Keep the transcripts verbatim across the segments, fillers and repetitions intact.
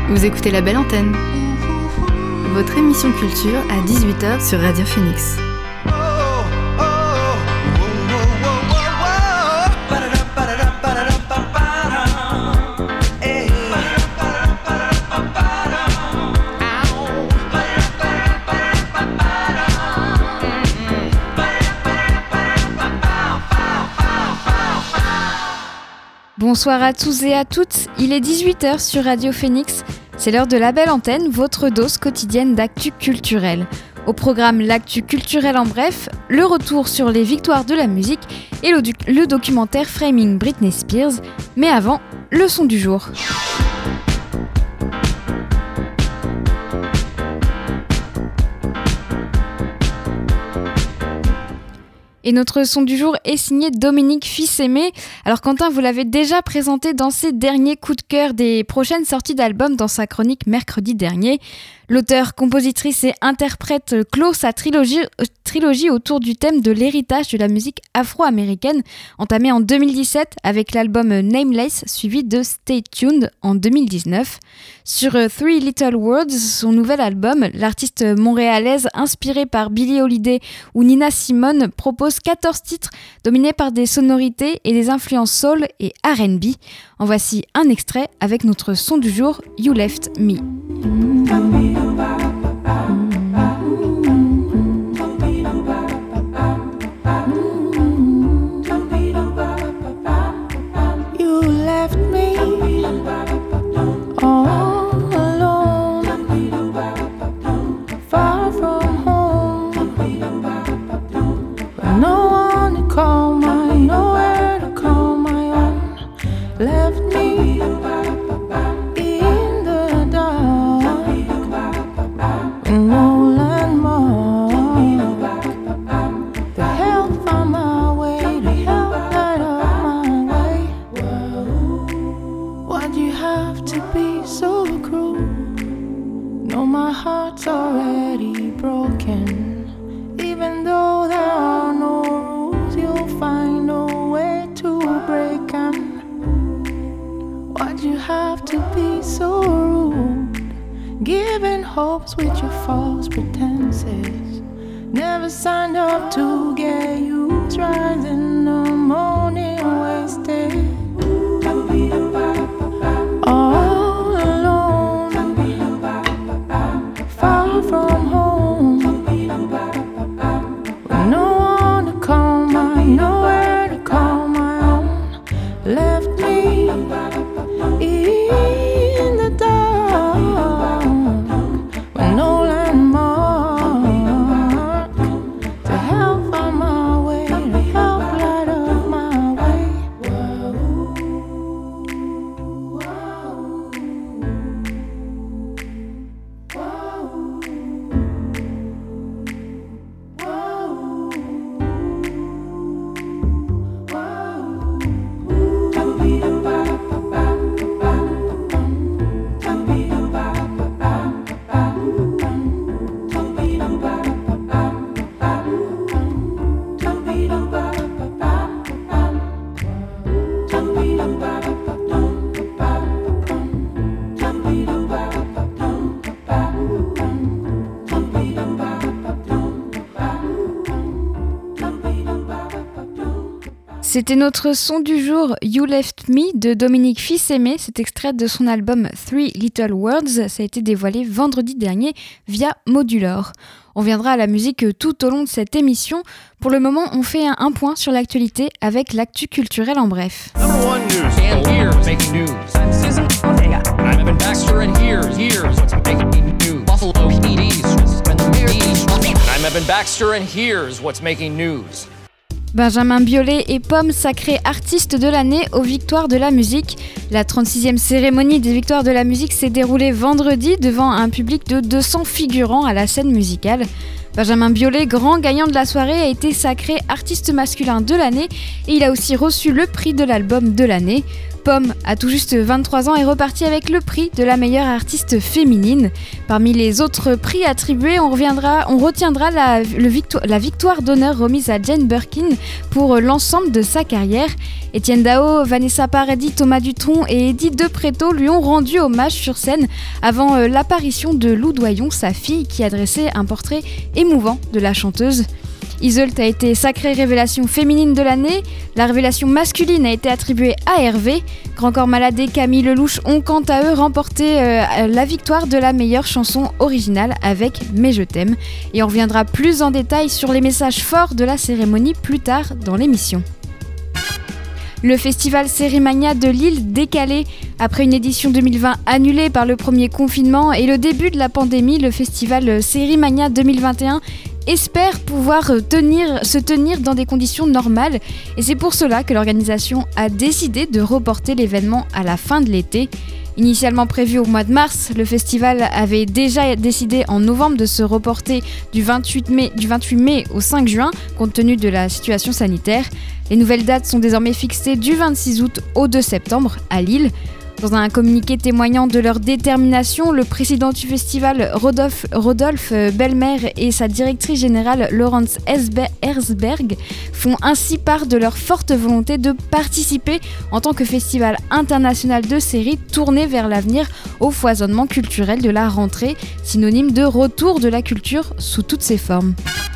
Vous écoutez La Belle Antenne, votre émission culture à dix-huit heures sur Radio Phoenix. Bonsoir à tous et à toutes, il est dix-huit heures sur Radio Phoenix, c'est l'heure de La Belle Antenne, votre dose quotidienne d'actu culturelle. Au programme l'actu culturelle en bref, le retour sur les victoires de la musique et le, du- le documentaire Framing Britney Spears, mais avant, le son du jour. Et notre son du jour est signé Dominique Fils-Aimé. Alors Quentin, vous l'avez déjà présenté dans ses derniers coups de cœur des prochaines sorties d'albums dans sa chronique mercredi dernier. L'auteur, compositrice et interprète clôt sa trilogie, euh, trilogie autour du thème de l'héritage de la musique afro-américaine, entamée en deux mille dix-sept avec l'album Nameless, suivi de Stay Tuned en deux mille dix-neuf. Sur euh, Three Little Words, son nouvel album, l'artiste montréalaise inspirée par Billie Holiday ou Nina Simone propose quatorze titres dominés par des sonorités et des influences soul et R and B. En voici un extrait avec notre son du jour, You Left Me. You left me all alone, far from home, with no one to call my, nowhere to call my own. Left me in the dark, with no landmark. The help found my way, the help light up my way. Why'd you have to be so cruel? No, my heart's already broken. Even though there are no rules, you'll find a way to break 'em. Why'd you have to be so rude? Giving hopes with your false pretenses. Never signed up to get used. Rise in the morning, wasted. All alone, far from home, with no one to call my, nowhere to call my own. Left me in the dark, with no landmark to help find my way, to help light up my way. C'était notre son du jour, You Left Me, de Dominique Fils-Aimé. C'est extrait de son album Three Little Words. Ça a été dévoilé vendredi dernier via Modulor. On viendra à la musique tout au long de cette émission. Pour le moment, on fait un, un point sur l'actualité avec l'actu culturelle en bref. Number one news. And here's making news. I'm Susan Ortega. I'm Evan Baxter, and here's here's what's making news. Buffalo P D's. I'm Evan Baxter, and here's what's making news. Benjamin Biolay et Pomme sacrés artistes de l'année aux Victoires de la musique. La trente-sixième cérémonie des Victoires de la musique s'est déroulée vendredi devant un public de deux cents figurants à la scène musicale. Benjamin Biolay, grand gagnant de la soirée, a été sacré artiste masculin de l'année et il a aussi reçu le prix de l'album de l'année. Pomme, à tout juste vingt-trois ans, est repartie avec le prix de la meilleure artiste féminine. Parmi les autres prix attribués, on, reviendra, on retiendra la, le victoire, la victoire d'honneur remise à Jane Birkin pour l'ensemble de sa carrière. Étienne Dao, Vanessa Paradis, Thomas Dutronc et Eddie De Pretto lui ont rendu hommage sur scène avant l'apparition de Lou Doyon, sa fille, qui adressait un portrait émouvant de la chanteuse. Iseult a été sacrée révélation féminine de l'année. La révélation masculine a été attribuée à Hervé. Grand Corps Malade et Camille Lelouch ont quant à eux remporté euh, la victoire de la meilleure chanson originale avec Mais je t'aime. Et on reviendra plus en détail sur les messages forts de la cérémonie plus tard dans l'émission. Le festival Sérimania de Lille décalé. Après une édition deux mille vingt annulée par le premier confinement et le début de la pandémie, le festival Sérimania deux mille vingt et un espère pouvoir tenir, se tenir dans des conditions normales. Et c'est pour cela que l'organisation a décidé de reporter l'événement à la fin de l'été. Initialement prévu au mois de mars, le festival avait déjà décidé en novembre de se reporter du vingt-huit mai, du vingt-huit mai au cinq juin, compte tenu de la situation sanitaire. Les nouvelles dates sont désormais fixées du vingt-six août au deux septembre à Lille. Dans un communiqué témoignant de leur détermination, le président du festival, Rodolphe, Rodolphe Belmer, et sa directrice générale, Laurence Herzberg, font ainsi part de leur forte volonté de participer en tant que festival international de séries tourné vers l'avenir au foisonnement culturel de la rentrée, synonyme de retour de la culture sous toutes ses formes.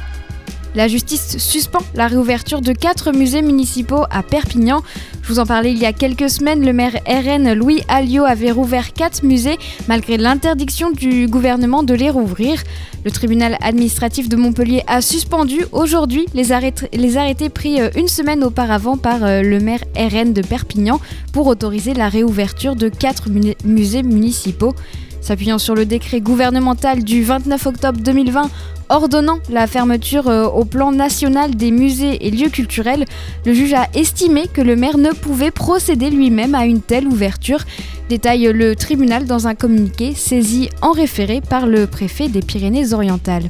La justice suspend la réouverture de quatre musées municipaux à Perpignan. Je vous en parlais il y a quelques semaines, le maire R N Louis Alliot avait rouvert quatre musées malgré l'interdiction du gouvernement de les rouvrir. Le tribunal administratif de Montpellier a suspendu aujourd'hui les arrêtés, les arrêtés pris une semaine auparavant par le maire R N de Perpignan pour autoriser la réouverture de quatre mu- musées municipaux. S'appuyant sur le décret gouvernemental du vingt-neuf octobre deux mille vingt ordonnant la fermeture euh, au plan national des musées et lieux culturels, le juge a estimé que le maire ne pouvait procéder lui-même à une telle ouverture, détaille le tribunal dans un communiqué saisi en référé par le préfet des Pyrénées-Orientales.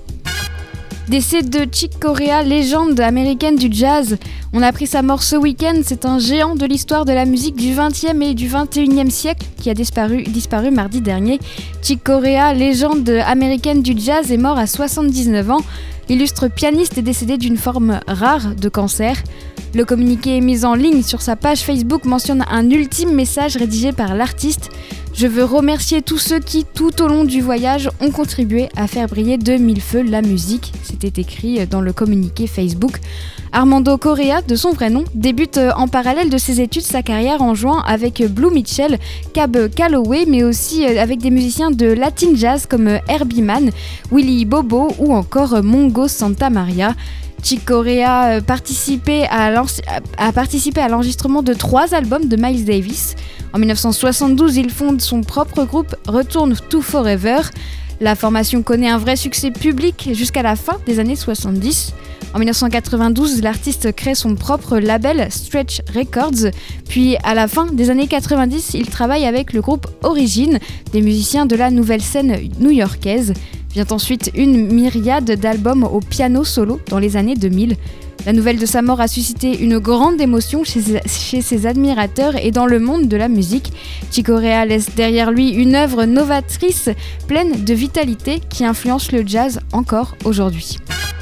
Décès de Chick Corea, légende américaine du jazz. On a appris sa mort ce week-end. C'est un géant de l'histoire de la musique du vingtième et du vingt et unième siècle qui a disparu, disparu mardi dernier. Chick Corea, légende américaine du jazz, est mort à soixante-dix-neuf ans. L'illustre pianiste est décédé d'une forme rare de cancer. Le communiqué mis en ligne sur sa page Facebook mentionne un ultime message rédigé par l'artiste. Je veux remercier tous ceux qui, tout au long du voyage, ont contribué à faire briller de mille feux la musique. C'était écrit dans le communiqué Facebook. Armando Correa, de son vrai nom, débute en parallèle de ses études sa carrière en jouant avec Blue Mitchell, Cab Calloway, mais aussi avec des musiciens de Latin Jazz comme Herbie Mann, Willie Bobo ou encore Mongo Santa Maria. Chick Corea a participé à, a participé à l'enregistrement de trois albums de Miles Davis. En dix-neuf cent soixante-douze, il fonde son propre groupe Return to Forever. La formation connaît un vrai succès public jusqu'à la fin des années soixante-dix. En dix-neuf cent quatre-vingt-douze, l'artiste crée son propre label Stretch Records. Puis à la fin des années quatre-vingt-dix, il travaille avec le groupe Origin, des musiciens de la nouvelle scène new-yorkaise. Vient ensuite une myriade d'albums au piano solo dans les années deux mille. La nouvelle de sa mort a suscité une grande émotion chez ses, chez ses admirateurs et dans le monde de la musique. Chick Corea laisse derrière lui une œuvre novatrice, pleine de vitalité, qui influence le jazz encore aujourd'hui.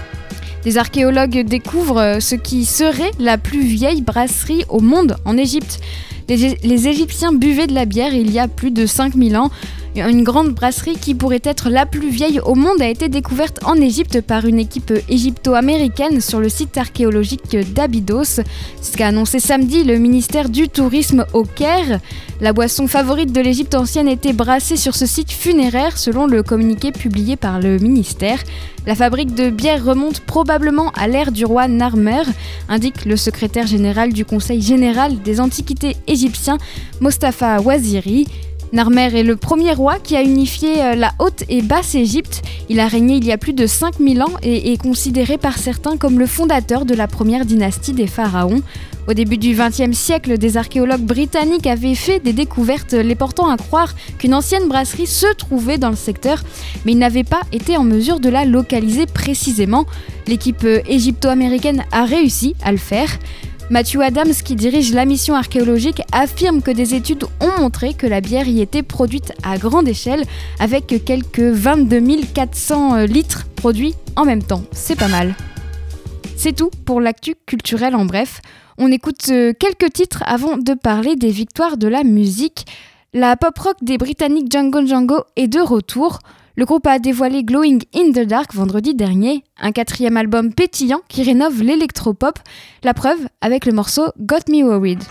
Des archéologues découvrent ce qui serait la plus vieille brasserie au monde en Égypte. Les, les Égyptiens buvaient de la bière il y a plus de cinq mille ans. Une grande brasserie qui pourrait être la plus vieille au monde a été découverte en Égypte par une équipe égypto-américaine sur le site archéologique d'Abydos. C'est ce qu'a annoncé samedi le ministère du Tourisme au Caire. La boisson favorite de l'Égypte ancienne était brassée sur ce site funéraire selon le communiqué publié par le ministère. La fabrique de bière remonte probablement à l'ère du roi Narmer, indique le secrétaire général du Conseil général des antiquités égyptiens, Mostafa Waziri. Narmer est le premier roi qui a unifié la Haute et Basse Égypte. Il a régné il y a plus de cinq mille ans et est considéré par certains comme le fondateur de la première dynastie des pharaons. Au début du vingtième siècle, des archéologues britanniques avaient fait des découvertes les portant à croire qu'une ancienne brasserie se trouvait dans le secteur, mais ils n'avaient pas été en mesure de la localiser précisément. L'équipe égypto-américaine a réussi à le faire. Matthew Adams, qui dirige la mission archéologique, affirme que des études ont montré que la bière y était produite à grande échelle, avec quelques vingt-deux mille quatre cents litres produits en même temps. C'est pas mal. C'est tout pour l'actu culturelle en bref. On écoute quelques titres avant de parler des victoires de la musique. La pop-rock des Britanniques Django Django est de retour. Le groupe a dévoilé Glowing in the Dark vendredi dernier, un quatrième album pétillant qui rénove l'électropop. La preuve avec le morceau Got Me Worried.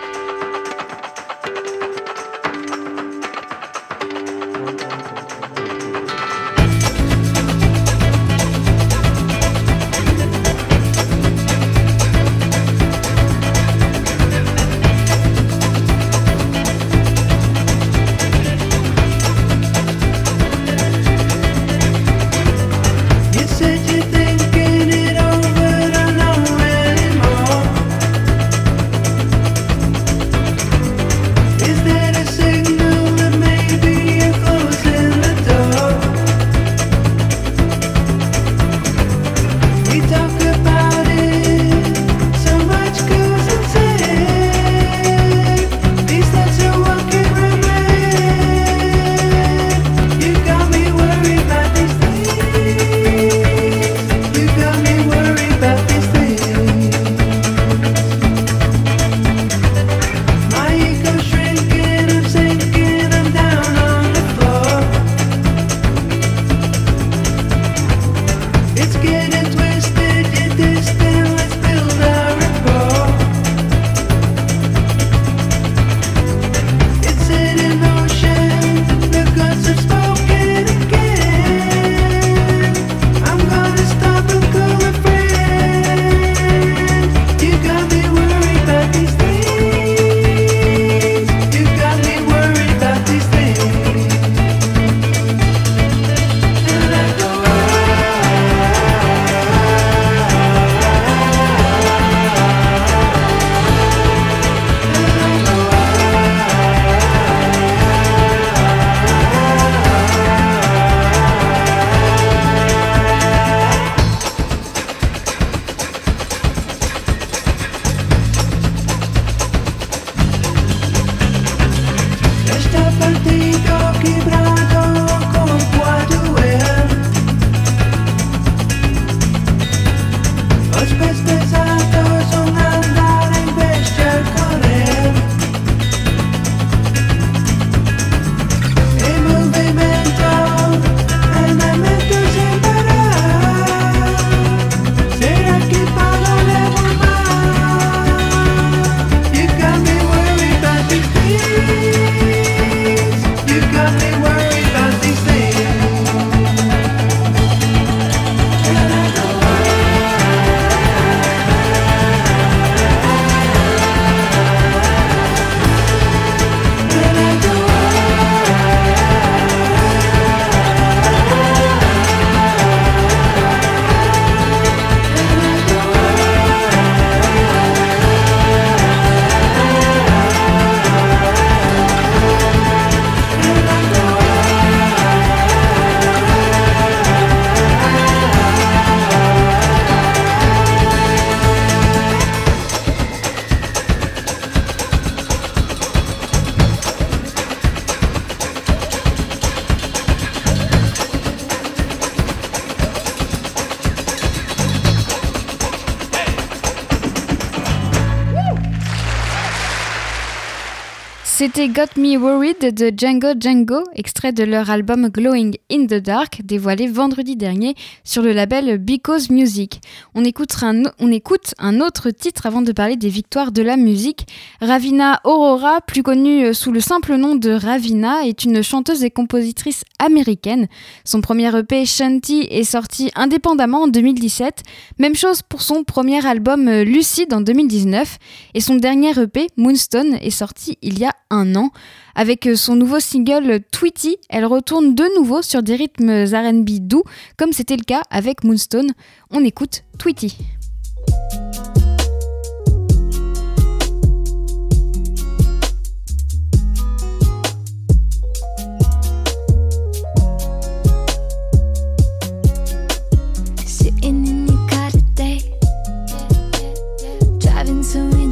C'était Got Me Worried de Django Django, extrait de leur album Glowing in the Dark, dévoilé vendredi dernier sur le label Because Music. On écoute un, on écoute un autre titre avant de parler des victoires de la musique. Ravina Aurora, plus connue sous le simple nom de Ravina, est une chanteuse et compositrice américaine. Son premier E P Shanty est sorti indépendamment en deux mille dix-sept. Même chose pour son premier album Lucide en deux mille dix-neuf. Et son dernier E P Moonstone est sorti il y a un an. Avec son nouveau single Tweety, elle retourne de nouveau sur des rythmes R and B doux, comme c'était le cas avec Moonstone. On écoute Tweety. Sitting in your car today, driving somewhere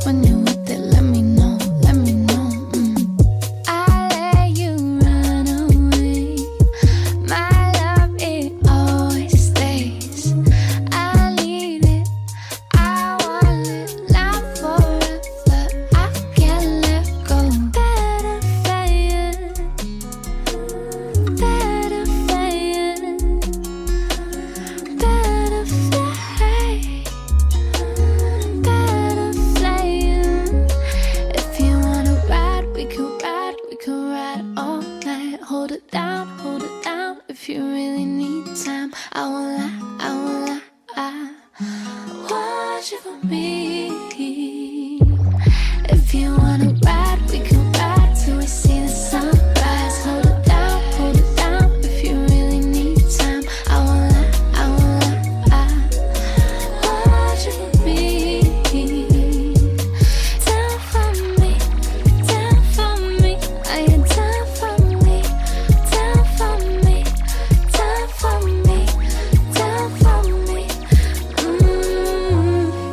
When you're with it, let me know, let me know. Mm. I let you run away. My love, it always stays. I need it, I want it, not forever. I can't let go. Better fly, better fly, better fly. Better flying. If you wanna ride, we can ride, we can ride all night. Hold it down, hold it down. If you really need time, I won't lie, I won't lie. I want you for me. If you wanna ride, we can ride till we see the sunrise. Hold it down, hold it down. If you really need time, I won't lie, I won't lie. I want you for me. Down for me, down for me. Are you down for me? Down for me, down for me, down for me. Mm-hmm.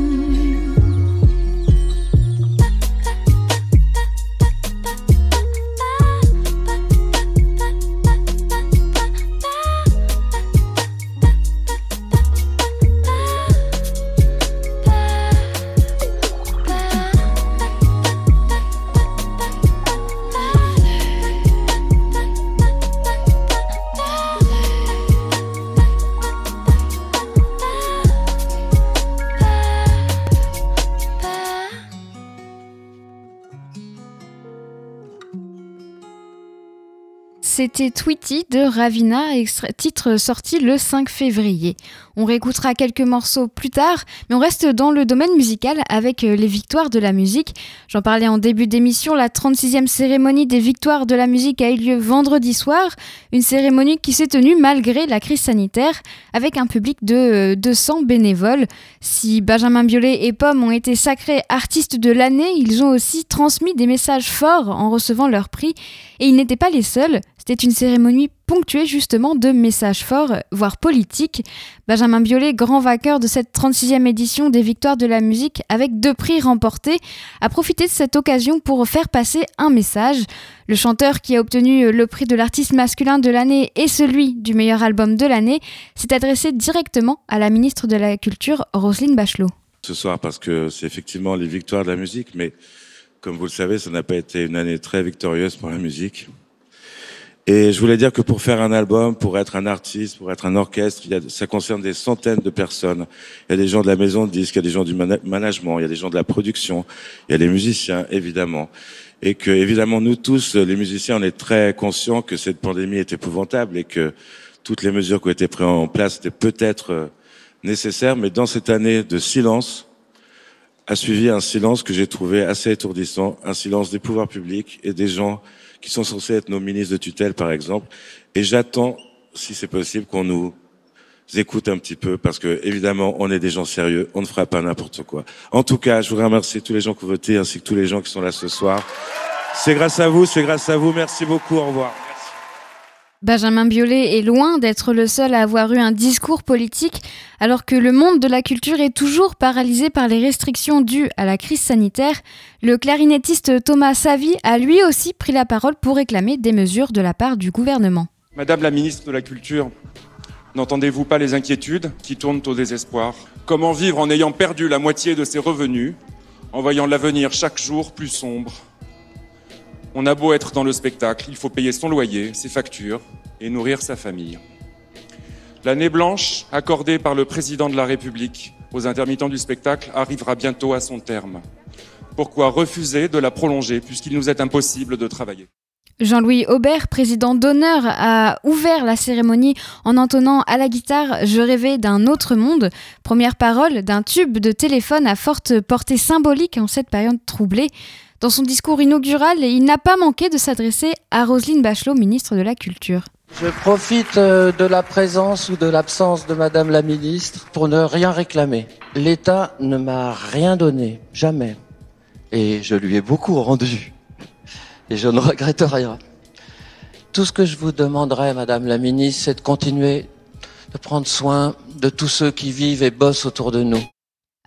C'était Tweety de Raveena, extrait- titre sorti le cinq février. On réécoutera quelques morceaux plus tard, mais on reste dans le domaine musical avec euh, les victoires de la musique. J'en parlais en début d'émission, la trente-sixième cérémonie des victoires de la musique a eu lieu vendredi soir, une cérémonie qui s'est tenue malgré la crise sanitaire, avec un public de euh, deux cents bénévoles. Si Benjamin Biolay et Pomme ont été sacrés artistes de l'année, ils ont aussi transmis des messages forts en recevant leur prix, et ils n'étaient pas les seuls. C'était une cérémonie ponctuée justement de messages forts, voire politiques. Benjamin Biolay, grand vainqueur de cette trente-sixième édition des Victoires de la musique avec deux prix remportés, a profité de cette occasion pour faire passer un message. Le chanteur qui a obtenu le prix de l'artiste masculin de l'année et celui du meilleur album de l'année s'est adressé directement à la ministre de la Culture, Roselyne Bachelot. Ce soir parce que c'est effectivement les Victoires de la musique, mais comme vous le savez, ça n'a pas été une année très victorieuse pour la musique. Et je voulais dire que pour faire un album, pour être un artiste, pour être un orchestre, il y a, ça concerne des centaines de personnes. Il y a des gens de la maison de disques, il y a des gens du mana- management, il y a des gens de la production, il y a des musiciens, évidemment. Et que, évidemment, nous tous, les musiciens, on est très conscients que cette pandémie est épouvantable et que toutes les mesures qui ont été prises en place étaient peut-être nécessaires. Mais dans cette année de silence, a suivi un silence que j'ai trouvé assez étourdissant, un silence des pouvoirs publics et des gens qui sont censés être nos ministres de tutelle, par exemple. Et j'attends, si c'est possible, qu'on nous écoute un petit peu, parce que, évidemment, on est des gens sérieux, on ne fera pas n'importe quoi. En tout cas, je voudrais remercier tous les gens qui ont voté, ainsi que tous les gens qui sont là ce soir. C'est grâce à vous, c'est grâce à vous. Merci beaucoup, au revoir. Merci. Benjamin Biolay est loin d'être le seul à avoir eu un discours politique, alors que le monde de la culture est toujours paralysé par les restrictions dues à la crise sanitaire. Le clarinettiste Thomas Savy a lui aussi pris la parole pour réclamer des mesures de la part du gouvernement. Madame la ministre de la Culture, n'entendez-vous pas les inquiétudes qui tournent au désespoir ? Comment vivre en ayant perdu la moitié de ses revenus, en voyant l'avenir chaque jour plus sombre ? On a beau être dans le spectacle, il faut payer son loyer, ses factures et nourrir sa famille. L'année blanche accordée par le président de la République aux intermittents du spectacle arrivera bientôt à son terme. Pourquoi refuser de la prolonger puisqu'il nous est impossible de travailler ? Jean-Louis Aubert, président d'honneur, a ouvert la cérémonie en entonnant à la guitare « Je rêvais d'un autre monde », première parole d'un tube de téléphone à forte portée symbolique en cette période troublée. Dans son discours inaugural, il n'a pas manqué de s'adresser à Roselyne Bachelot, ministre de la Culture. Je profite de la présence ou de l'absence de Madame la Ministre pour ne rien réclamer. L'État ne m'a rien donné, jamais. Et je lui ai beaucoup rendu. Et je ne regrette rien. Tout ce que je vous demanderai, Madame la Ministre, c'est de continuer de prendre soin de tous ceux qui vivent et bossent autour de nous.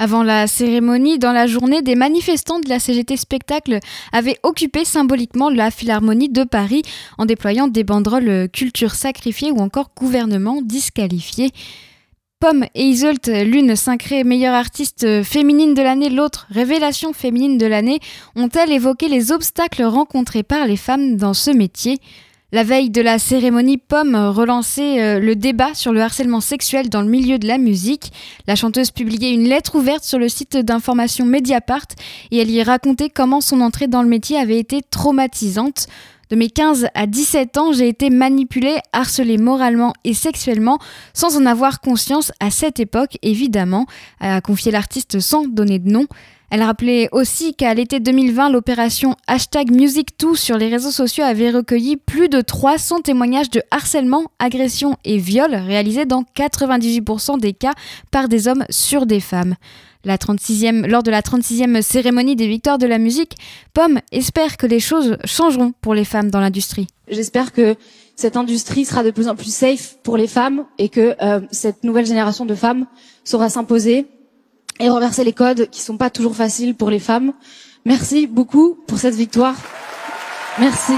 Avant la cérémonie, dans la journée, des manifestants de la C G T Spectacle avaient occupé symboliquement la Philharmonie de Paris en déployant des banderoles « Culture sacrifiée » ou encore « Gouvernement disqualifié ». Pomme et Iseult, l'une sacrée meilleure artiste féminine de l'année, l'autre révélation féminine de l'année, ont-elles évoqué les obstacles rencontrés par les femmes dans ce métier ? La veille de la cérémonie, Pomme relançait le débat sur le harcèlement sexuel dans le milieu de la musique. La chanteuse publiait une lettre ouverte sur le site d'information Mediapart et elle y racontait comment son entrée dans le métier avait été traumatisante. De mes quinze à dix-sept ans, j'ai été manipulée, harcelée moralement et sexuellement sans en avoir conscience à cette époque, évidemment, a confié l'artiste sans donner de nom. Elle rappelait aussi qu'à l'été deux mille vingt, l'opération hashtag Music deux sur les réseaux sociaux avait recueilli plus de trois cents témoignages de harcèlement, agression et viol réalisés dans quatre-vingt-dix-huit pour cent des cas par des hommes sur des femmes. La trente-sixième, lors de la trente-sixième cérémonie des Victoires de la musique, Pomme espère que les choses changeront pour les femmes dans l'industrie. J'espère que cette industrie sera de plus en plus safe pour les femmes et que euh, cette nouvelle génération de femmes saura s'imposer et renverser les codes qui sont pas toujours faciles pour les femmes. Merci beaucoup pour cette victoire. Merci.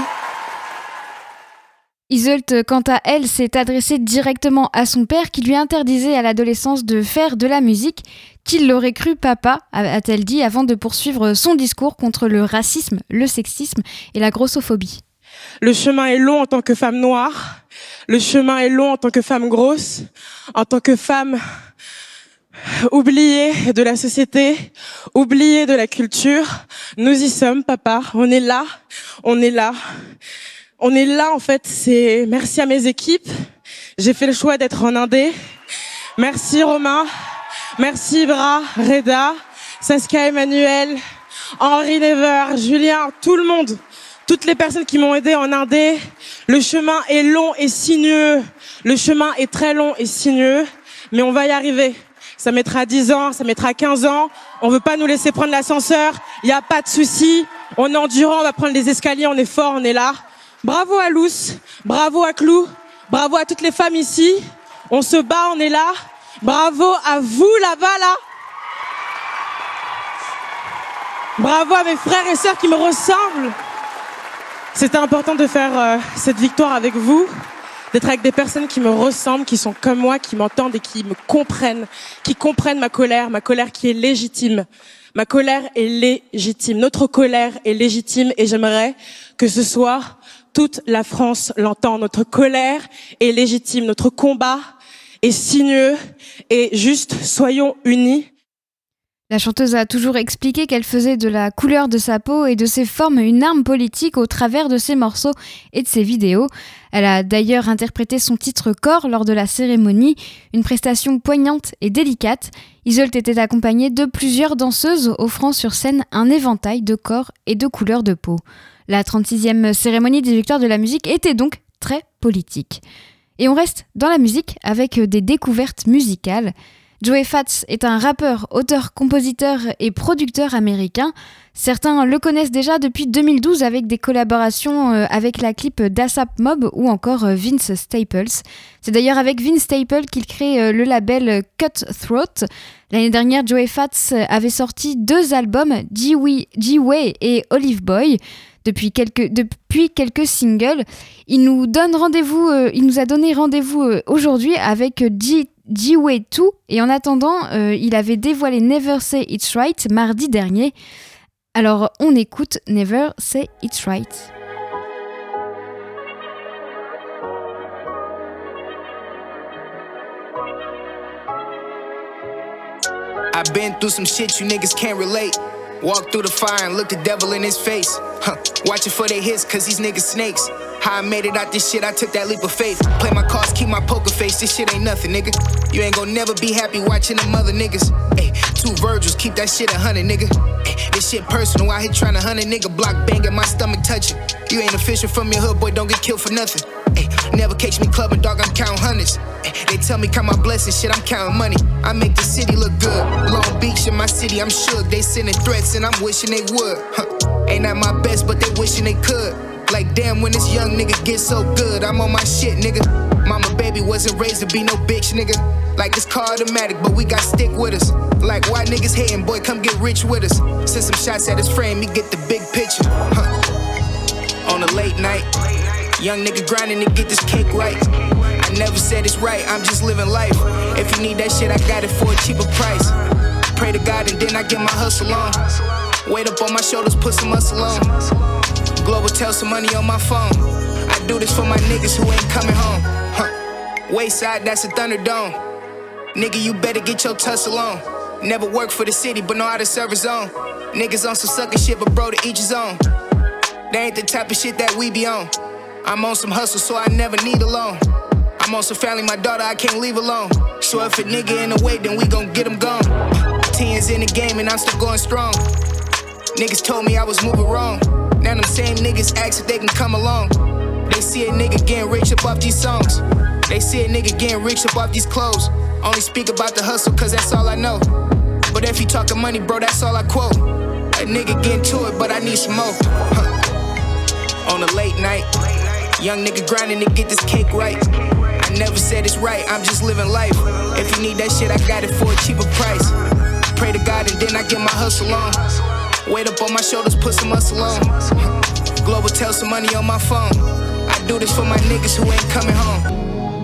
Iseult, quant à elle, s'est adressée directement à son père qui lui interdisait à l'adolescence de faire de la musique. Qu'il l'aurait cru, papa, a-t-elle dit, avant de poursuivre son discours contre le racisme, le sexisme et la grossophobie. Le chemin est long en tant que femme noire. Le chemin est long en tant que femme grosse. En tant que femme oubliée de la société, oubliée de la culture. Nous y sommes, papa. On est là. On est là. On est là, en fait. C'est merci à mes équipes. J'ai fait le choix d'être en indé. Merci, Romain. Merci, Bra, Reda, Saskia Emmanuel, Henri Never, Julien, tout le monde. Toutes les personnes qui m'ont aidé en indé. Le chemin est long et sinueux. Le chemin est très long et sinueux. Mais on va y arriver. Ça mettra dix ans, ça mettra quinze ans. On veut pas nous laisser prendre l'ascenseur. Il n'y a pas de souci. On est endurant, on va prendre les escaliers, on est fort, on est là. Bravo à Luce, bravo à Clou, bravo à toutes les femmes ici. On se bat, on est là. Bravo à vous là-bas, là. Bravo à mes frères et sœurs qui me ressemblent. C'était important de faire euh, cette victoire avec vous, d'être avec des personnes qui me ressemblent, qui sont comme moi, qui m'entendent et qui me comprennent, qui comprennent ma colère, ma colère qui est légitime. Ma colère est légitime, notre colère est légitime et j'aimerais que ce soir, toute la France l'entende. Notre colère est légitime, notre combat est sinueux et juste soyons unis. La chanteuse a toujours expliqué qu'elle faisait de la couleur de sa peau et de ses formes une arme politique au travers de ses morceaux et de ses vidéos. Elle a d'ailleurs interprété son titre « Corps » lors de la cérémonie, une prestation poignante et délicate. Iseult était accompagnée de plusieurs danseuses offrant sur scène un éventail de corps et de couleurs de peau. La trente-sixième cérémonie des Victoires de la musique était donc très politique. Et on reste dans la musique avec des découvertes musicales. Joey Fatts est un rappeur, auteur, compositeur et producteur américain. Certains le connaissent déjà depuis deux mille douze avec des collaborations avec la clip d'A$AP Mob ou encore Vince Staples. C'est d'ailleurs avec Vince Staples qu'il crée le label Cutthroat. L'année dernière, Joey Fatts avait sorti deux albums, G-Way et Olive Boy. Depuis quelques, depuis quelques singles, il nous donne rendez-vous, euh, il nous a donné rendez-vous euh, aujourd'hui avec G, G-Way deux et en attendant, euh, il avait dévoilé Never Say It's Right mardi dernier. Alors on écoute Never Say It's Right. I've been through some shit you niggas can't relate. Walk through the fire and look the devil in his face. Huh. Watching for they hits, cause these niggas snakes. How I made it out this shit, I took that leap of faith. Play my cards, keep my poker face, this shit ain't nothing, nigga. You ain't gon' never be happy watching them other niggas. Ay, two Virgils, keep that shit a hundred, nigga. Ay, this shit personal, out here trying to hunt a nigga. Block banging, my stomach touching. You ain't official from your hood, boy, don't get killed for nothing. Ay, never catch me clubbing, dog, I'm counting hundreds. Ay, they tell me count my blessings, shit, I'm counting money. I make the city look good. Long Beach in my city, I'm shook. They sending threats and I'm wishing they would. Huh. Ain't at my best, but they wishing they could. Like damn, when this young nigga gets so good, I'm on my shit, nigga. Mama baby wasn't raised to be no bitch, nigga. Like this car automatic, but we got stick with us. Like why niggas hating, boy, come get rich with us. Send some shots at his frame, he get the big picture. Huh. On a late night, young nigga grinding to get this cake right. I never said it's right, I'm just living life. If you need that shit, I got it for a cheaper price. Pray to God and then I get my hustle on. Weight up on my shoulders, put some muscle on. Global tell some money on my phone. I do this for my niggas who ain't coming home. Huh. Wayside, that's a Thunderdome. Nigga, you better get your tussle on. Never worked for the city, but know how to serve his own. Niggas on some sucker shit, but bro, to each his own. That ain't the type of shit that we be on. I'm on some hustle, so I never need a loan. I'm on some family, my daughter, I can't leave alone. So if a nigga in the way, then we gon' get him gone. Tens in the game and I'm still going strong. Niggas told me I was moving wrong. Now them same niggas ask if they can come along. They see a nigga getting rich up off these songs. They see a nigga getting rich up off these clothes. Only speak about the hustle cause that's all I know. But if you talking money, bro, that's all I quote. A nigga getting to it, but I need some more. Huh. On a late night, young nigga grinding to get this cake right. I never said it's right, I'm just living life. If you need that shit, I got it for a cheaper price. Pray to God and then I get my hustle on. Weight up on my shoulders, put some muscle on. Global tell some money on my phone. I do this for my niggas who ain't coming home.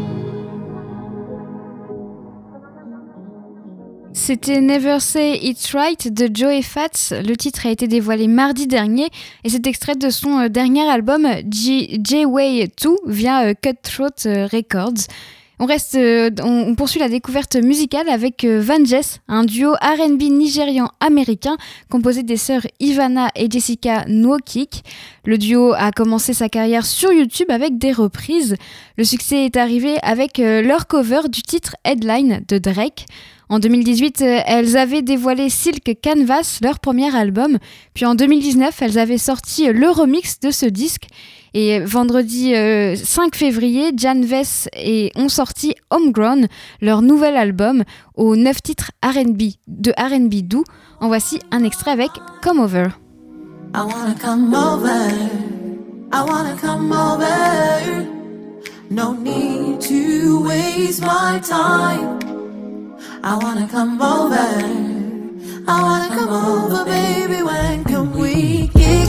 C'était Never Say It's Right de Joey Fats. Le titre a été dévoilé mardi dernier et c'est extrait de son dernier album J-Way deux via Cutthroat Records. On, reste, on poursuit la découverte musicale avec Van Jess, un duo R and B nigérian-américain composé des sœurs Ivana et Jessica Nwokik. Le duo a commencé sa carrière sur YouTube avec des reprises. Le succès est arrivé avec leur cover du titre Headline de Drake. En deux mille dix-huit, elles avaient dévoilé Silk Canvas, leur premier album. Puis en deux mille dix-neuf, elles avaient sorti le remix de ce disque. Et vendredi euh, cinq février, Jan Vess et ont sorti Homegrown, leur nouvel album, aux neuf titres R and B, de R and B doux. En voici un extrait avec Come Over. I wanna come over, I wanna come over. No need to waste my time. I wanna come over, I wanna come over, baby. When can we kick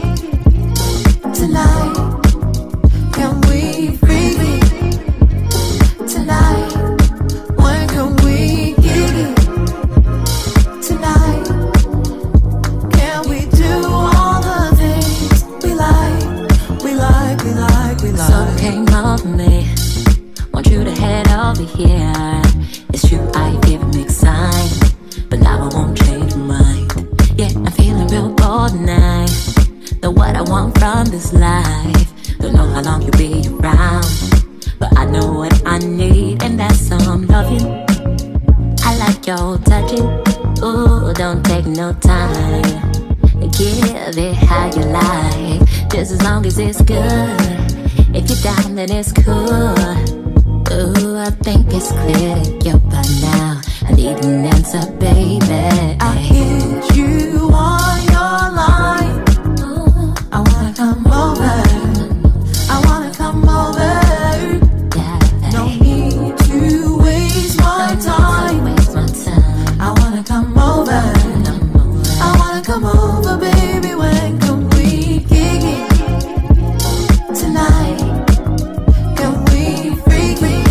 it tonight? Can we freak it tonight? When can we kick it tonight? Can we do all the things we like, we like, we like, we like? So came over me, want you to head over here. It's true, I give mixed signs, but now I won't change my mind. Yeah, I'm feeling real bold tonight. Know what I want from this life. Don't know how long you'll be around, but I know what I need, and that's some loving. I like your touching. Ooh, don't take no time. Give it how you like, just as long as it's good. If you're down, then it's cool. Ooh, I think it's clear to you by now. I need an answer, baby. I hit you on your line. Ooh, I wanna come over, I wanna come over. Yeah, no need to waste my time. Waste my time. I wanna come over, I wanna come over, baby. When can we kick it tonight? Can we freak it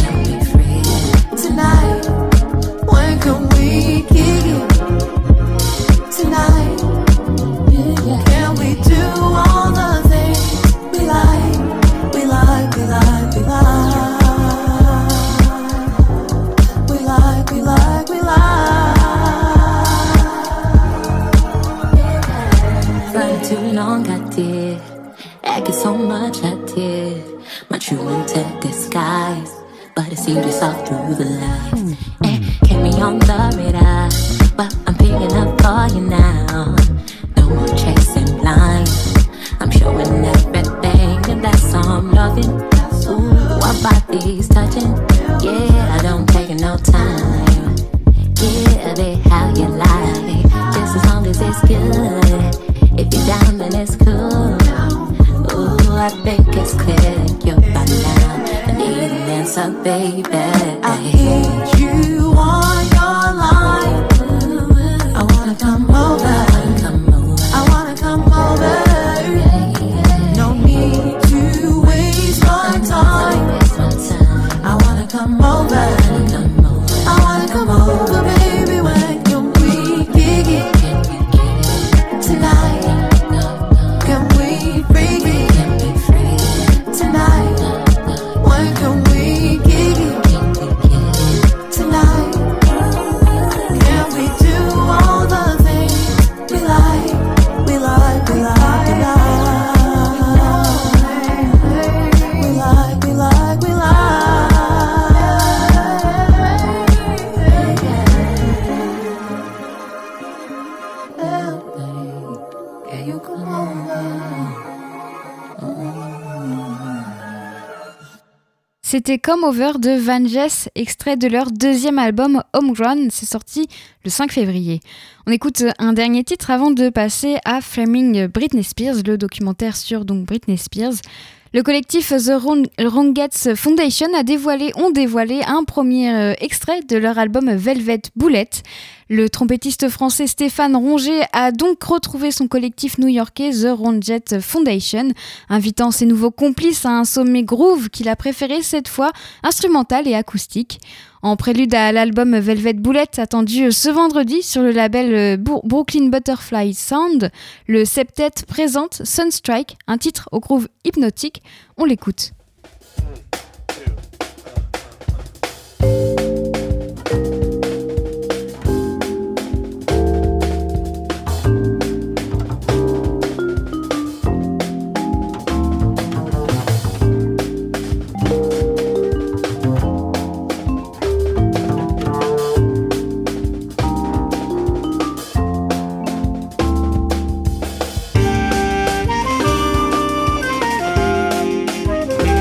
tonight? When can we kick it tonight? Can we do all the things we like, we like, we like, we like? We like, we like, we like. For too long I did, acting so much I did. My true intent disguise, but I see this all through the lies. And kept me on the radar, well, I'm picking up for you now. No more chasing blind, I'm showing everything, and that's some loving. Ooh, our bodies touching, yeah, I don't take no time. Give it how you like, just as long as it's good. If you're down, then it's cool. Ooh, I think it's clear you're by now. need an answer, baby. I need you on your line. I wanna come over. I wanna come over. No need to waste my time. I wanna come over. I wanna come over, baby. When can we kick it tonight? Can we break it tonight? When can we kick it tonight? Can we do all the things we like? We like, we like, we like. We like, we like, we like. Can you come over? C'était Come Over de Van Jess, extrait de leur deuxième album Homegrown, c'est sorti le cinq février. On écoute un dernier titre avant de passer à Framing Britney Spears, le documentaire sur donc Britney Spears. Le collectif The Rongettes Foundation a dévoilé, ont dévoilé un premier euh, extrait de leur album Velvet Bullet. Le trompettiste français Stéphane Ronget a donc retrouvé son collectif new-yorkais The Rongettes Foundation, invitant ses nouveaux complices à un sommet groove qu'il a préféré cette fois instrumental et acoustique. En prélude à l'album Velvet Bullet, attendu ce vendredi sur le label Brooklyn Butterfly Sound, le septet présente Sunstrike, un titre au groove hypnotique. On l'écoute. I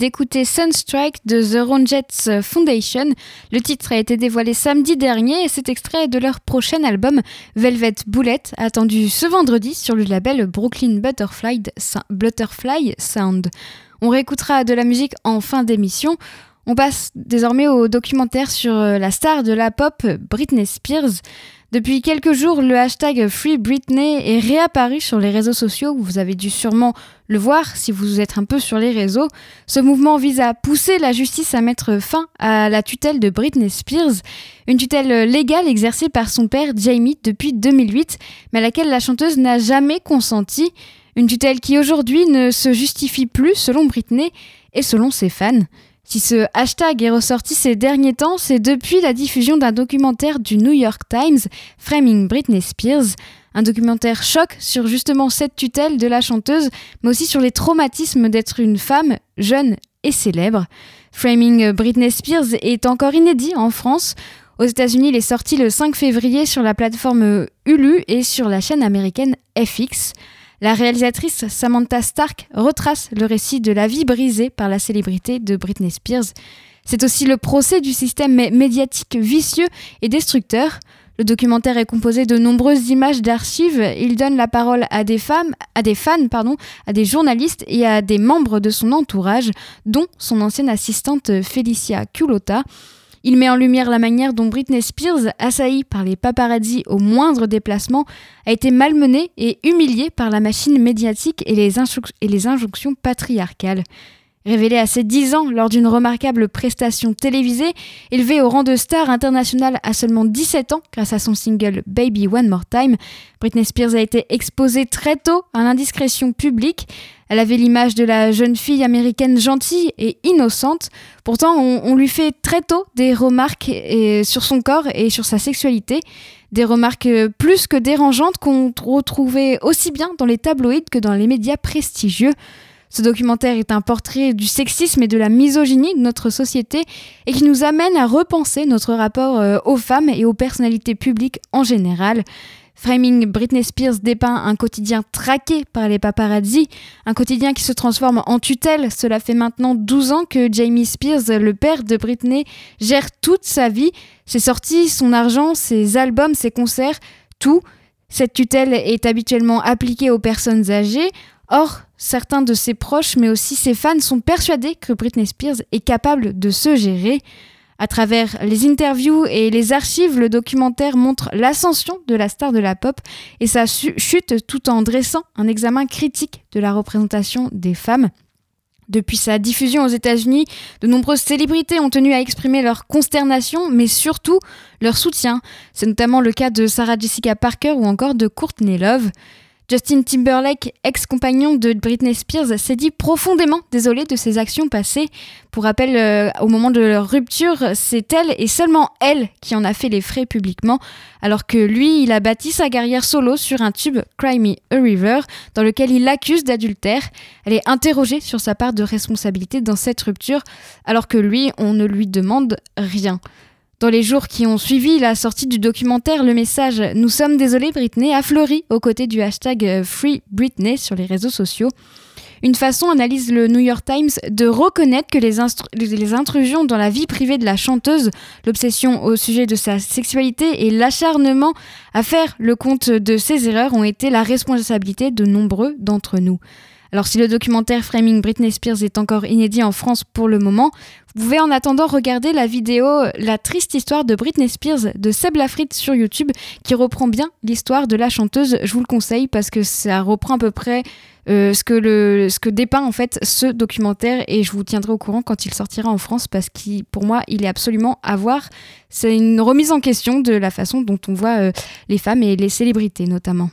d'écouter Sunstrike de The Ronjets Foundation. Le titre a été dévoilé samedi dernier et cet extrait est de leur prochain album Velvet Bullet, attendu ce vendredi sur le label Brooklyn Butterfly, Butterfly Sound. On réécoutera de la musique en fin d'émission. On passe désormais au documentaire sur la star de la pop Britney Spears. Depuis quelques jours, le hashtag Free Britney est réapparu sur les réseaux sociaux. Vous avez dû sûrement le voir si vous êtes un peu sur les réseaux. Ce mouvement vise à pousser la justice à mettre fin à la tutelle de Britney Spears, une tutelle légale exercée par son père Jamie depuis deux mille huit, mais à laquelle la chanteuse n'a jamais consenti. Une tutelle qui aujourd'hui ne se justifie plus selon Britney et selon ses fans. Si ce hashtag est ressorti ces derniers temps, c'est depuis la diffusion d'un documentaire du New York Times, Framing Britney Spears, un documentaire choc sur justement cette tutelle de la chanteuse, mais aussi sur les traumatismes d'être une femme jeune et célèbre. Framing Britney Spears est encore inédit en France. Aux États-Unis, il est sorti le cinq février sur la plateforme Hulu et sur la chaîne américaine F X. La réalisatrice Samantha Stark retrace le récit de la vie brisée par la célébrité de Britney Spears. C'est aussi le procès du système médiatique vicieux et destructeur. Le documentaire est composé de nombreuses images d'archives. Il donne la parole à des femmes, à des fans, pardon, à des journalistes et à des membres de son entourage, dont son ancienne assistante Felicia Culotta. Il met en lumière la manière dont Britney Spears, assaillie par les paparazzis au moindre déplacement, a été malmenée et humiliée par la machine médiatique et les, injo- et les injonctions patriarcales. Révélée à ses dix ans lors d'une remarquable prestation télévisée, élevée au rang de star internationale à seulement dix-sept ans grâce à son single Baby One More Time, Britney Spears a été exposée très tôt à l'indiscrétion publique. Elle avait l'image de la jeune fille américaine gentille et innocente. Pourtant, on, on lui fait très tôt des remarques et, sur son corps et sur sa sexualité. Des remarques plus que dérangeantes qu'on retrouvait aussi bien dans les tabloïds que dans les médias prestigieux. Ce documentaire est un portrait du sexisme et de la misogynie de notre société et qui nous amène à repenser notre rapport euh, aux femmes et aux personnalités publiques en général. Framing Britney Spears dépeint un quotidien traqué par les paparazzis, un quotidien qui se transforme en tutelle. Cela fait maintenant douze ans que Jamie Spears, le père de Britney, gère toute sa vie, ses sorties, son argent, ses albums, ses concerts, tout. Cette tutelle est habituellement appliquée aux personnes âgées. Or, certains de ses proches, mais aussi ses fans, sont persuadés que Britney Spears est capable de se gérer. À travers les interviews et les archives, le documentaire montre l'ascension de la star de la pop et sa chute tout en dressant un examen critique de la représentation des femmes. Depuis sa diffusion aux États-Unis, de nombreuses célébrités ont tenu à exprimer leur consternation, mais surtout leur soutien. C'est notamment le cas de Sarah Jessica Parker ou encore de Courtney Love. Justin Timberlake, ex-compagnon de Britney Spears, s'est dit profondément désolé de ses actions passées. Pour rappel, euh, au moment de leur rupture, c'est elle et seulement elle qui en a fait les frais publiquement, alors que lui, il a bâti sa carrière solo sur un tube Cry Me a River, dans lequel il l'accuse d'adultère. Elle est interrogée sur sa part de responsabilité dans cette rupture, alors que lui, on ne lui demande rien. Dans les jours qui ont suivi la sortie du documentaire, le message « Nous sommes désolés Britney » a fleuri aux côtés du hashtag Free Britney sur les réseaux sociaux. Une façon, analyse le New York Times, de reconnaître que les, instru- les intrusions dans la vie privée de la chanteuse, l'obsession au sujet de sa sexualité et l'acharnement à faire le compte de ses erreurs ont été la responsabilité de nombreux d'entre nous. Alors si le documentaire Framing Britney Spears est encore inédit en France pour le moment, vous pouvez en attendant regarder la vidéo La triste histoire de Britney Spears de Seb Lafrite sur YouTube qui reprend bien l'histoire de la chanteuse. Je vous le conseille parce que ça reprend à peu près euh, ce, que le, ce que dépeint en fait ce documentaire et je vous tiendrai au courant quand il sortira en France parce que pour moi il est absolument à voir. C'est une remise en question de la façon dont on voit euh, les femmes et les célébrités notamment.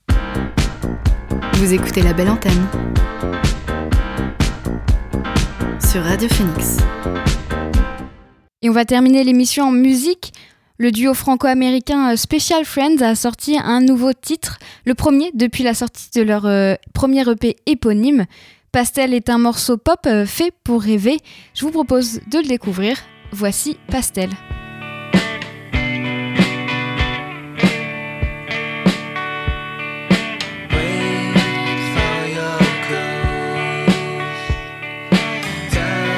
Vous écoutez La Belle Antenne sur Radio Phoenix. Et on va terminer l'émission en musique. Le duo franco-américain Special Friends a sorti un nouveau titre, le premier depuis la sortie de leur euh, premier E P éponyme. Pastel est un morceau pop euh, fait pour rêver. Je vous propose de le découvrir. Voici Pastel. Time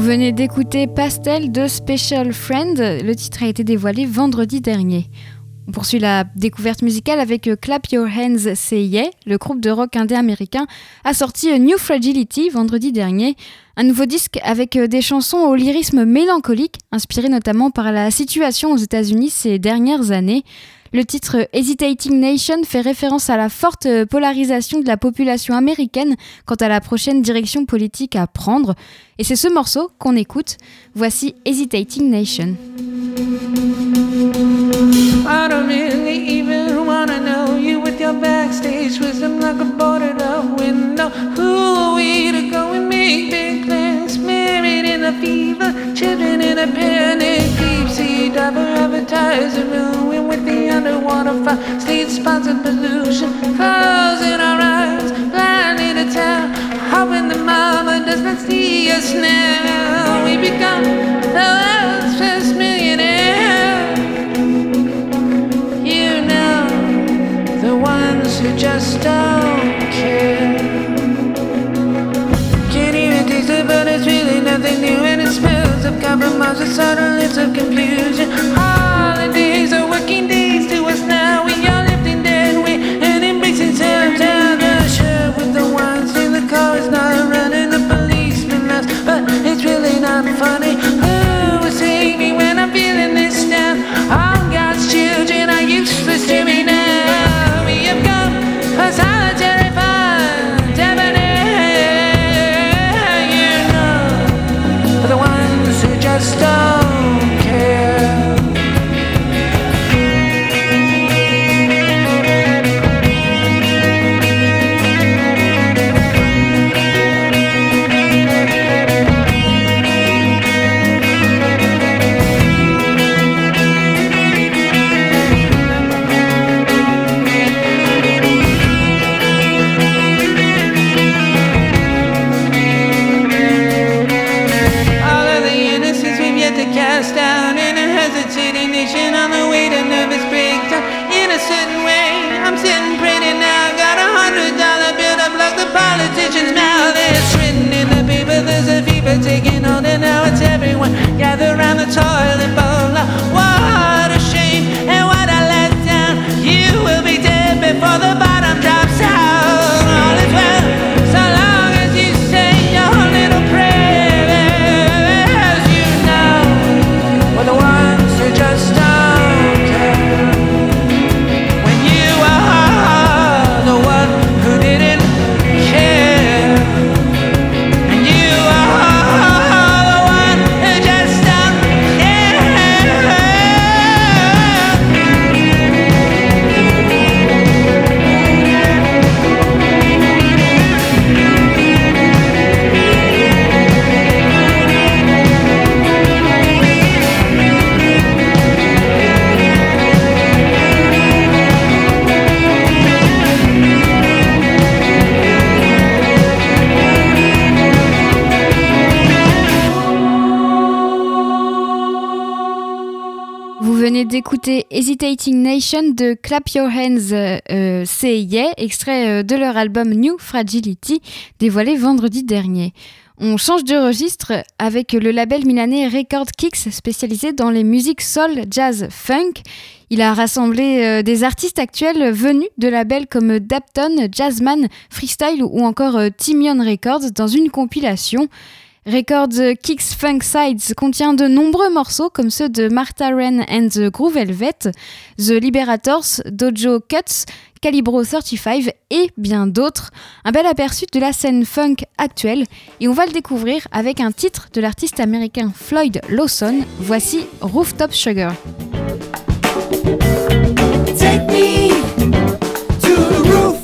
venez d'écouter Pastel de Special Friend. Le titre a été dévoilé vendredi dernier. On poursuit la découverte musicale avec Clap Your Hands, Say Yeah. Le groupe de rock indé américain a sorti New Fragility vendredi dernier. Un nouveau disque avec des chansons au lyrisme mélancolique, inspiré notamment par la situation aux États-Unis ces dernières années. Le titre Hesitating Nation fait référence à la forte polarisation de la population américaine quant à la prochaine direction politique à prendre. Et c'est ce morceau qu'on écoute. Voici Hesitating Nation. I don't really even wanna know you with your backstage wisdom like a boarded up window. Who are we to go and make big plans? Married in a fever, children in a panic. Deep sea diver, advertiser, ruin with the underwater fire. State-sponsored pollution, clouds in our eyes, blinded a town. Hoping the mama does not see us now. We become the world's first millionaire. You know, the ones who just don't care. Can't even taste it, but it's really nothing new. And it smells of compromise, it's subtle, it's of confusion. Holidays are working days to us now. We are lifting dead weight and embracing downtown. The shirt with the ones in the car is not running. The policeman laughs, but it's really not funny. Who will save me when I'm feeling this down? All God's children are useless to me now. We have come a solitary fun, debonair, you know, for the ones who just don't care. Politicians' mouth, it's written in the paper. There's a fever taking hold, and now it's everyone gather around the toilet bowl. What a shame and what a letdown. You will be dead before the bottom drops out. All is well, so long as you say your little prayers. You know, we're the ones who just don't care. When you are the one who didn't care, and you are the one who just don't Vous venez d'écouter Hesitating Nation de Clap Your Hands, euh, Say Yeah, extrait euh, de leur album New Fragility, dévoilé vendredi dernier. On change de registre avec le label milanais Record Kicks, spécialisé dans les musiques soul, jazz, funk. Il a rassemblé euh, des artistes actuels venus de labels comme Dapton, Jazzman, Freestyle ou encore euh, Timion Records dans une compilation. Records Kicks Funk Sides contient de nombreux morceaux comme ceux de Martha Wren and the Groove Velvet, The Liberators, Dojo Cuts, Calibro trente-cinq et bien d'autres. Un bel aperçu de la scène funk actuelle et on va le découvrir avec un titre de l'artiste américain Floyd Lawson. Voici Rooftop Sugar. Take me to the roof.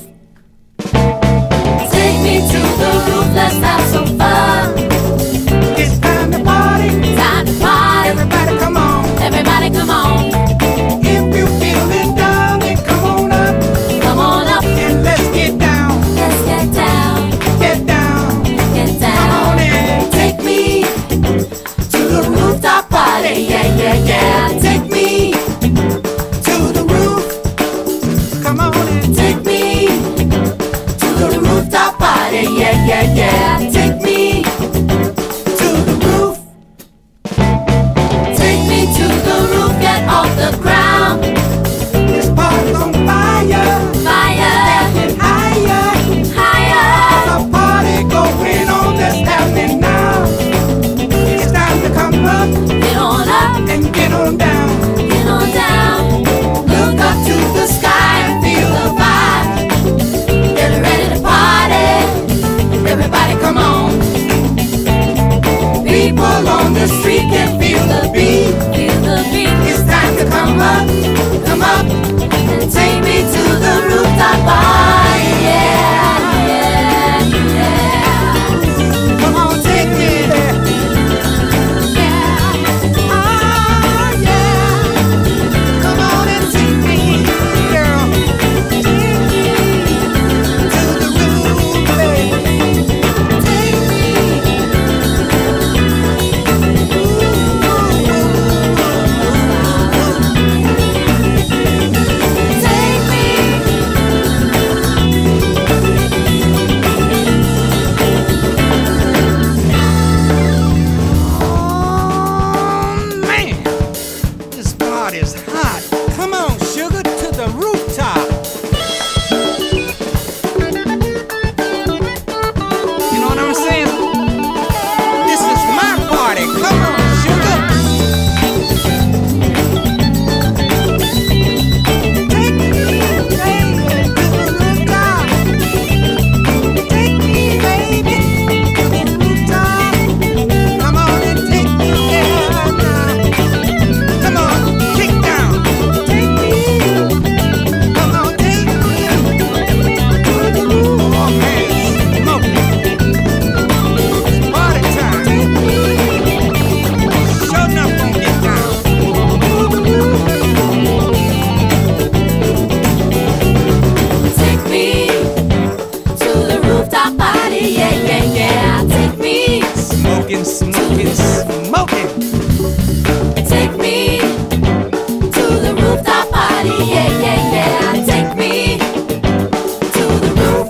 Take me to the roof. Let's have some fun. It's time to party. Time to party. Everybody come on. Everybody come on. If you feeling down, then come on up. Come on up. And let's get down. Let's get down. Get down. Get down. Come on in. Take me to the rooftop party. Yeah, yeah, yeah. Take me to the roof. Come on and take me to the rooftop party. Yeah, yeah, yeah. rooftop party, yeah, yeah, yeah. Take me Smoking, smoking, smoking. Take me to the rooftop party, yeah, yeah, yeah. Take me to the roof.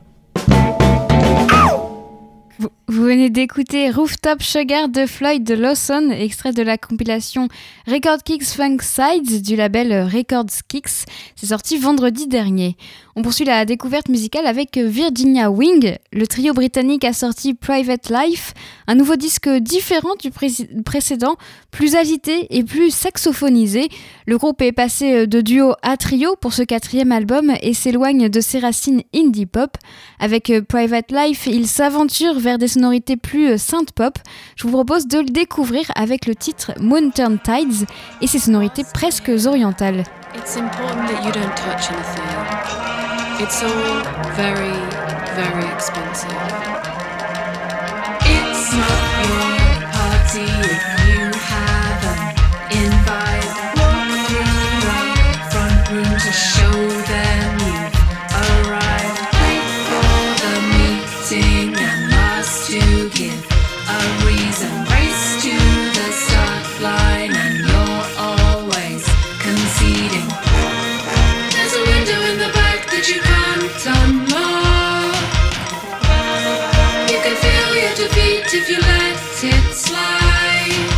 Vous, vous venez d'écouter Rooftop Sugar de Floyd Lawson, extrait de la compilation Record Kicks Funk Sides du label Records Kicks. C'est sorti vendredi dernier. On poursuit la découverte musicale avec Virginia Wing. Le trio britannique a sorti Private Life, un nouveau disque différent du pré- précédent, plus agité et plus saxophonisé. Le groupe est passé de duo à trio pour ce quatrième album et s'éloigne de ses racines indie pop. Avec Private Life, il s'aventure vers des sonorités plus synth-pop. Je vous propose de le découvrir avec le titre Moon Turn Tides et ses sonorités presque orientales. It's important that you don't touch anything. It's all very, very expensive. It's not your party if you have an invite. Walk through the front room to show them you've arrived. Wait for the meeting and ask to give a reason. Race to the start line and you're always conceding. There's a window in the back that you can't unlock. You can feel your defeat if you let it slide.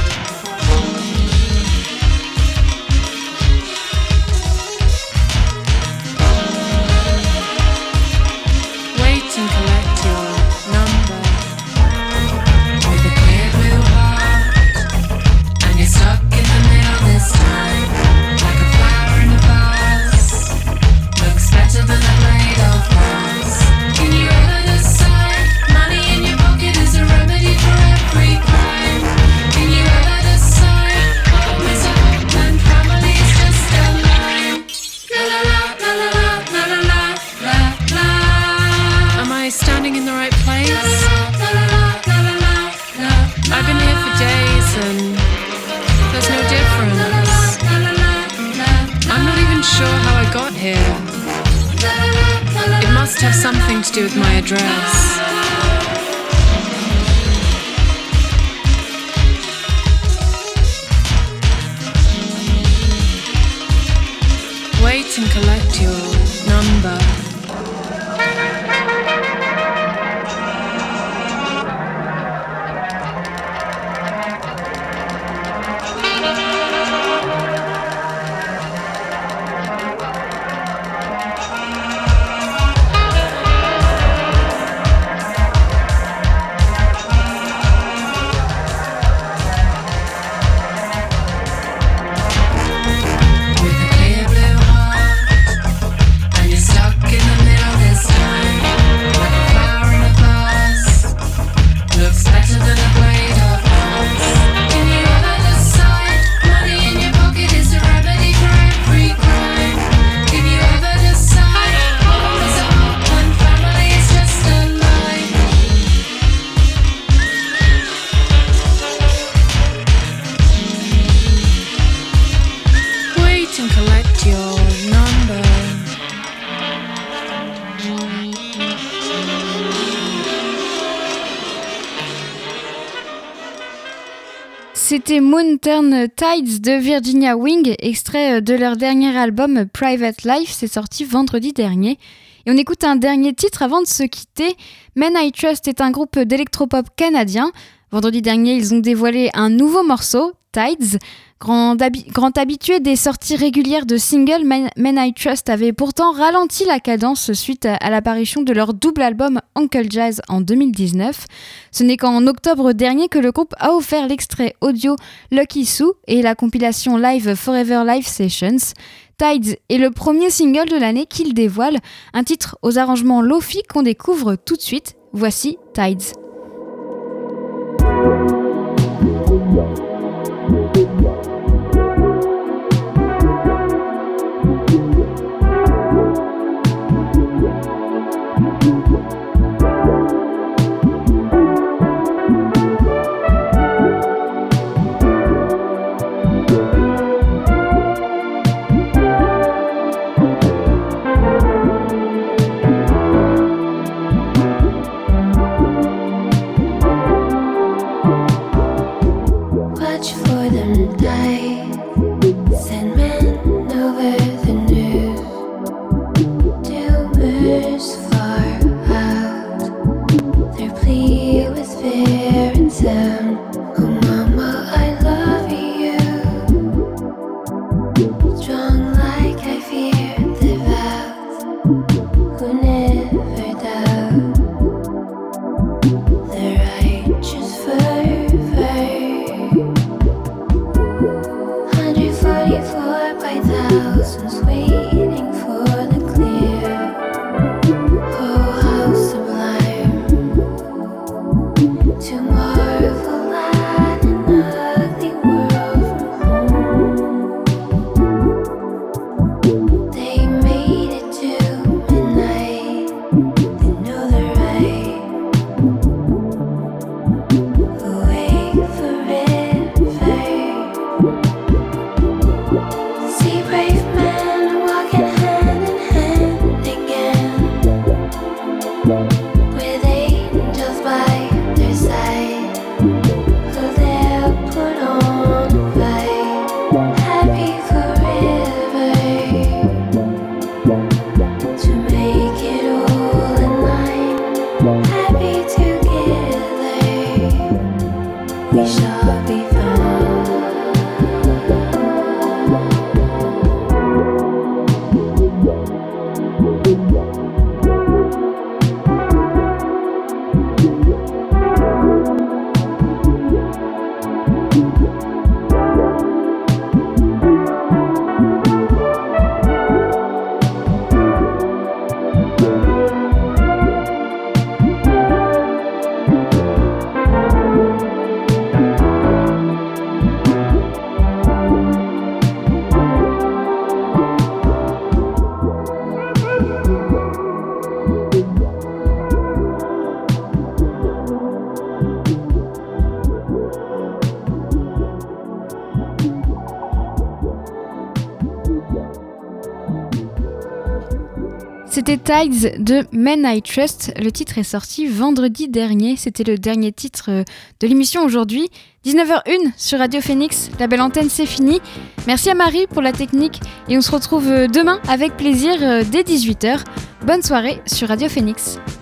Wait and collect your number with a clear blue heart, and you're stuck in the middle this time, like a flower in a vase. Looks better than a blade of grass. Can you ever decide? Money in your pocket is a remedy for every crime. Can you ever decide? Home is a home and family is just a line. La la la la la la la la la la. Am I standing in the right place? La la la la la la la. I've been here for days and there's no difference. I'm not even sure how I got here. It must have something to do with my address. Wait and collect your number. With a clear blue heart, and you're stuck in the middle this time, like a flower in a vase. Looks better than a blade of grass. Can you ever decide? Money in your pocket is a remedy for every crime. Can you ever decide? Home is a home and family is just a line. Wait and collect your number. C'était Moon Turn Tides de Virginia Wing, extrait de leur dernier album Private Life, c'est sorti vendredi dernier. Et on écoute un dernier titre avant de se quitter. Men I Trust est un groupe d'électropop canadien. Vendredi dernier, ils ont dévoilé un nouveau morceau, Tides. Grand, habi- grand habitué des sorties régulières de singles, Men, Men I Trust avait pourtant ralenti la cadence suite à, à l'apparition de leur double album Uncle Jazz en deux mille dix-neuf. Ce n'est qu'en octobre dernier que le groupe a offert l'extrait audio Lucky Sue et la compilation live Forever Live Sessions. Tides est le premier single de l'année qu'il dévoile, un titre aux arrangements lo-fi qu'on découvre tout de suite. Voici Tides. sound. Oh mama, I love you. Strong like I fear the vows who never doubt the righteous fervor. one hundred forty-four by thousands waiting for the clear. Oh, how sublime to marvel at an ugly world from home. They made it to midnight, they know the right. Awake forever. See brave men walking hand in hand again, with angels by their side, who they'll put on a fight. Happy forever, to make it all in line. Happy together, we shall be found. C'était Tides de Men I Trust. Le titre est sorti vendredi dernier. C'était le dernier titre de l'émission aujourd'hui. dix-neuf heures une sur Radio Phoenix. La belle antenne, c'est fini. Merci à Marie pour la technique. Et on se retrouve demain avec plaisir dès dix-huit heures. Bonne soirée sur Radio Phoenix.